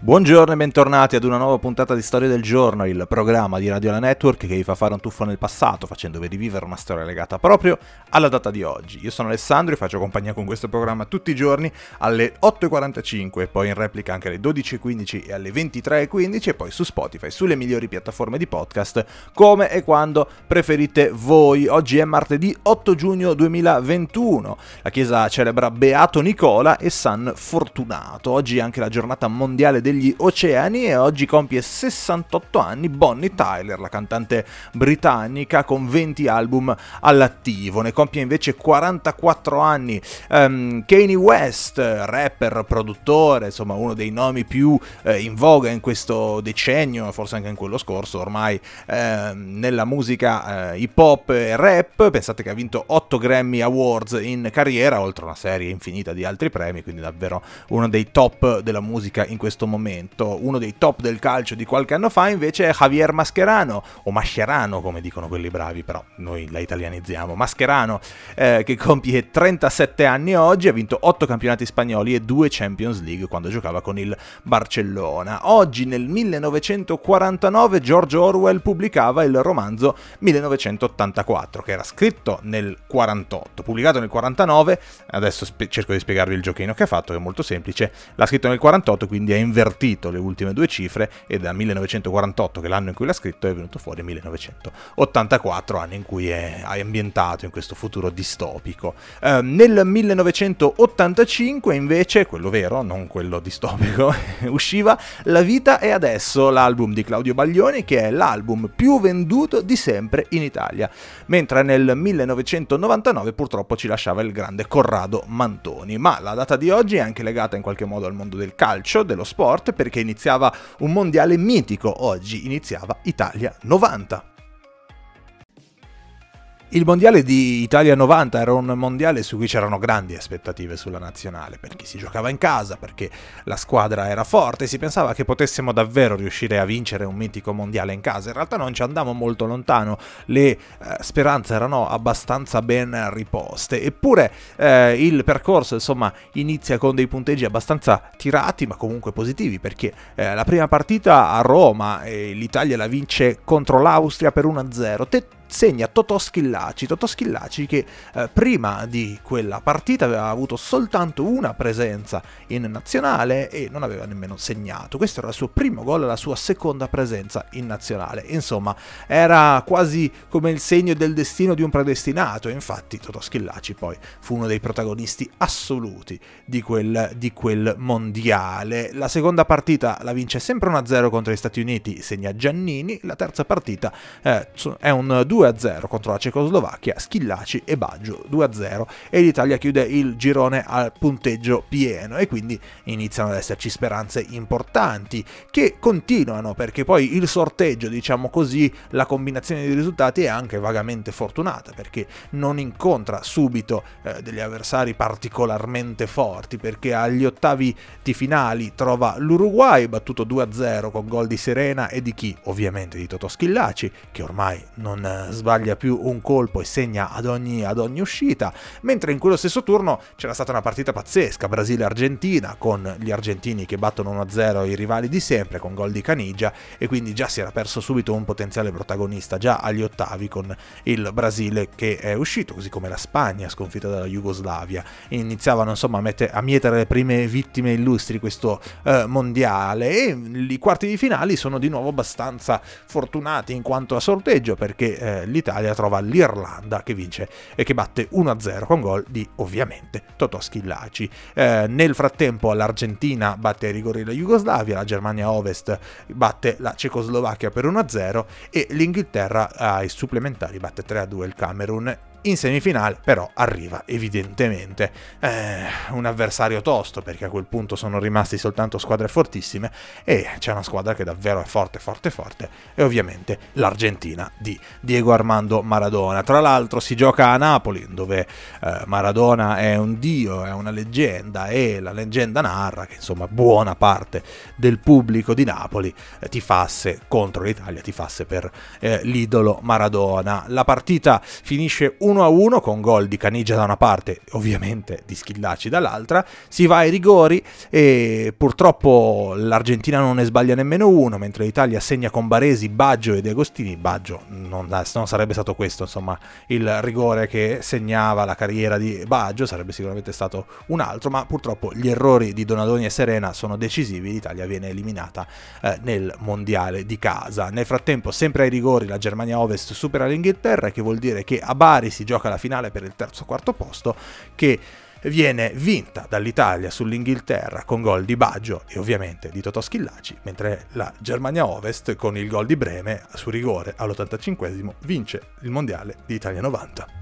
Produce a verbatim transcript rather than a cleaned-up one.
Buongiorno e bentornati ad una nuova puntata di Storia del Giorno, il programma di Radio La Network che vi fa fare un tuffo nel passato facendovi rivivere una storia legata proprio alla data di oggi. Io sono Alessandro e faccio compagnia con questo programma tutti i giorni alle otto e quarantacinque, poi in replica anche alle dodici e quindici e alle ventitré e quindici e poi su Spotify, sulle migliori piattaforme di podcast, come e quando preferite voi. Oggi è martedì otto giugno duemilaventuno, la chiesa celebra Beato Nicola e San Fortunato. Oggi è anche la giornata mondiale degli oceani e oggi compie sessantotto anni Bonnie Tyler, la cantante britannica con venti album all'attivo. Ne compie invece quarantaquattro anni um, Kanye West, rapper, produttore, insomma uno dei nomi più eh, in voga in questo decennio, forse anche in quello scorso ormai, eh, nella musica eh, hip hop e rap. Pensate che ha vinto otto Grammy Awards in carriera, oltre a una serie infinita di altri premi, quindi davvero uno dei top della musica in questo momento. Uno dei top del calcio di qualche anno fa invece è Javier Mascherano, o Mascherano come dicono quelli bravi, però noi la italianizziamo, Mascherano, eh, che compie trentasette anni oggi, ha vinto otto campionati spagnoli e due Champions League quando giocava con il Barcellona. Oggi nel millenovecentoquarantanove George Orwell pubblicava il romanzo millenovecentottantaquattro, che era scritto nel quarantotto, pubblicato nel quarantanove. Adesso spe- cerco di spiegarvi il giochino che ha fatto, che è molto semplice. L'ha scritto nel quarantotto, quindi è invertito le ultime due cifre, e da millenovecentoquarantotto, che è l'anno in cui l'ha scritto, è venuto fuori millenovecentottantaquattro, anno in cui è ambientato in questo futuro distopico. Eh, nel millenovecentottantacinque invece, quello vero, non quello distopico, usciva La vita è adesso, l'album di Claudio Baglioni, che è l'album più venduto di sempre in Italia, mentre nel millenovecentonovantanove purtroppo ci lasciava il grande Corrado Mantoni. Ma la data di oggi è anche legata in qualche modo al mondo del calcio, dello sport, perché iniziava un mondiale mitico. Oggi iniziava Italia novanta. Il mondiale di Italia novanta era un mondiale su cui c'erano grandi aspettative sulla nazionale, perché si giocava in casa, perché la squadra era forte e si pensava che potessimo davvero riuscire a vincere un mitico mondiale in casa. In realtà non ci andavamo molto lontano, le eh, speranze erano abbastanza ben riposte, eppure eh, il percorso insomma inizia con dei punteggi abbastanza tirati ma comunque positivi, perché eh, la prima partita a Roma eh, l'Italia la vince contro l'Austria per uno a zero. Te- segna Totò Schillaci, Totò Schillaci che eh, prima di quella partita aveva avuto soltanto una presenza in nazionale e non aveva nemmeno segnato. Questo era il suo primo gol, la sua seconda presenza in nazionale. Insomma, era quasi come il segno del destino di un predestinato, e infatti Totò Schillaci poi fu uno dei protagonisti assoluti di quel, di quel mondiale. La seconda partita la vince sempre uno a zero contro gli Stati Uniti, segna Giannini. La terza partita eh, è un due a zero contro la Cecoslovacchia, Schillaci e Baggio due a zero, e l'Italia chiude il girone al punteggio pieno, e quindi iniziano ad esserci speranze importanti che continuano, perché poi il sorteggio, diciamo così, la combinazione di risultati è anche vagamente fortunata, perché non incontra subito eh, degli avversari particolarmente forti, perché agli ottavi di finali trova l'Uruguay battuto due a zero con gol di Serena e di chi? Ovviamente di Totò Schillaci, che ormai non sbaglia più un colpo e segna ad ogni, ad ogni uscita, mentre in quello stesso turno c'era stata una partita pazzesca, Brasile-Argentina, con gli argentini che battono uno a zero i rivali di sempre con gol di Caniggia, e quindi già si era perso subito un potenziale protagonista già agli ottavi con il Brasile che è uscito, così come la Spagna sconfitta dalla Jugoslavia. Iniziavano insomma a, mette, a mietere le prime vittime illustri questo eh, mondiale, e i quarti di finali sono di nuovo abbastanza fortunati in quanto a sorteggio, perché eh, l'Italia trova l'Irlanda che vince e che batte uno a zero con gol di ovviamente Totò Schillaci. Eh, nel frattempo l'Argentina batte ai rigori la Jugoslavia, la Germania Ovest batte la Cecoslovacchia per uno a zero e l'Inghilterra ai supplementari batte tre a due il Camerun. In semifinale però arriva evidentemente eh, un avversario tosto, perché a quel punto sono rimasti soltanto squadre fortissime e c'è una squadra che davvero è forte forte forte, e ovviamente l'Argentina di Diego Armando Maradona. Tra l'altro si gioca a Napoli, dove eh, Maradona è un dio, è una leggenda, e la leggenda narra che insomma buona parte del pubblico di Napoli eh, tifasse contro l'Italia, tifasse per eh, l'idolo Maradona. La partita finisce uno uno a uno con gol di Caniggia da una parte, ovviamente di Schillaci dall'altra, si va ai rigori e purtroppo l'Argentina non ne sbaglia nemmeno uno, mentre l'Italia segna con Baresi, Baggio e De Agostini. Baggio non, non sarebbe stato questo, insomma, il rigore che segnava la carriera di Baggio, sarebbe sicuramente stato un altro, ma purtroppo gli errori di Donadoni e Serena sono decisivi, l'Italia viene eliminata eh, nel mondiale di casa. Nel frattempo, sempre ai rigori, la Germania Ovest supera l'Inghilterra, che vuol dire che a Bari si gioca la finale per il terzo quarto posto, che viene vinta dall'Italia sull'Inghilterra con gol di Baggio e ovviamente di Totò Schillaci, mentre la Germania Ovest con il gol di Breme su rigore all'ottantacinquesimo vince il mondiale di Italia novanta.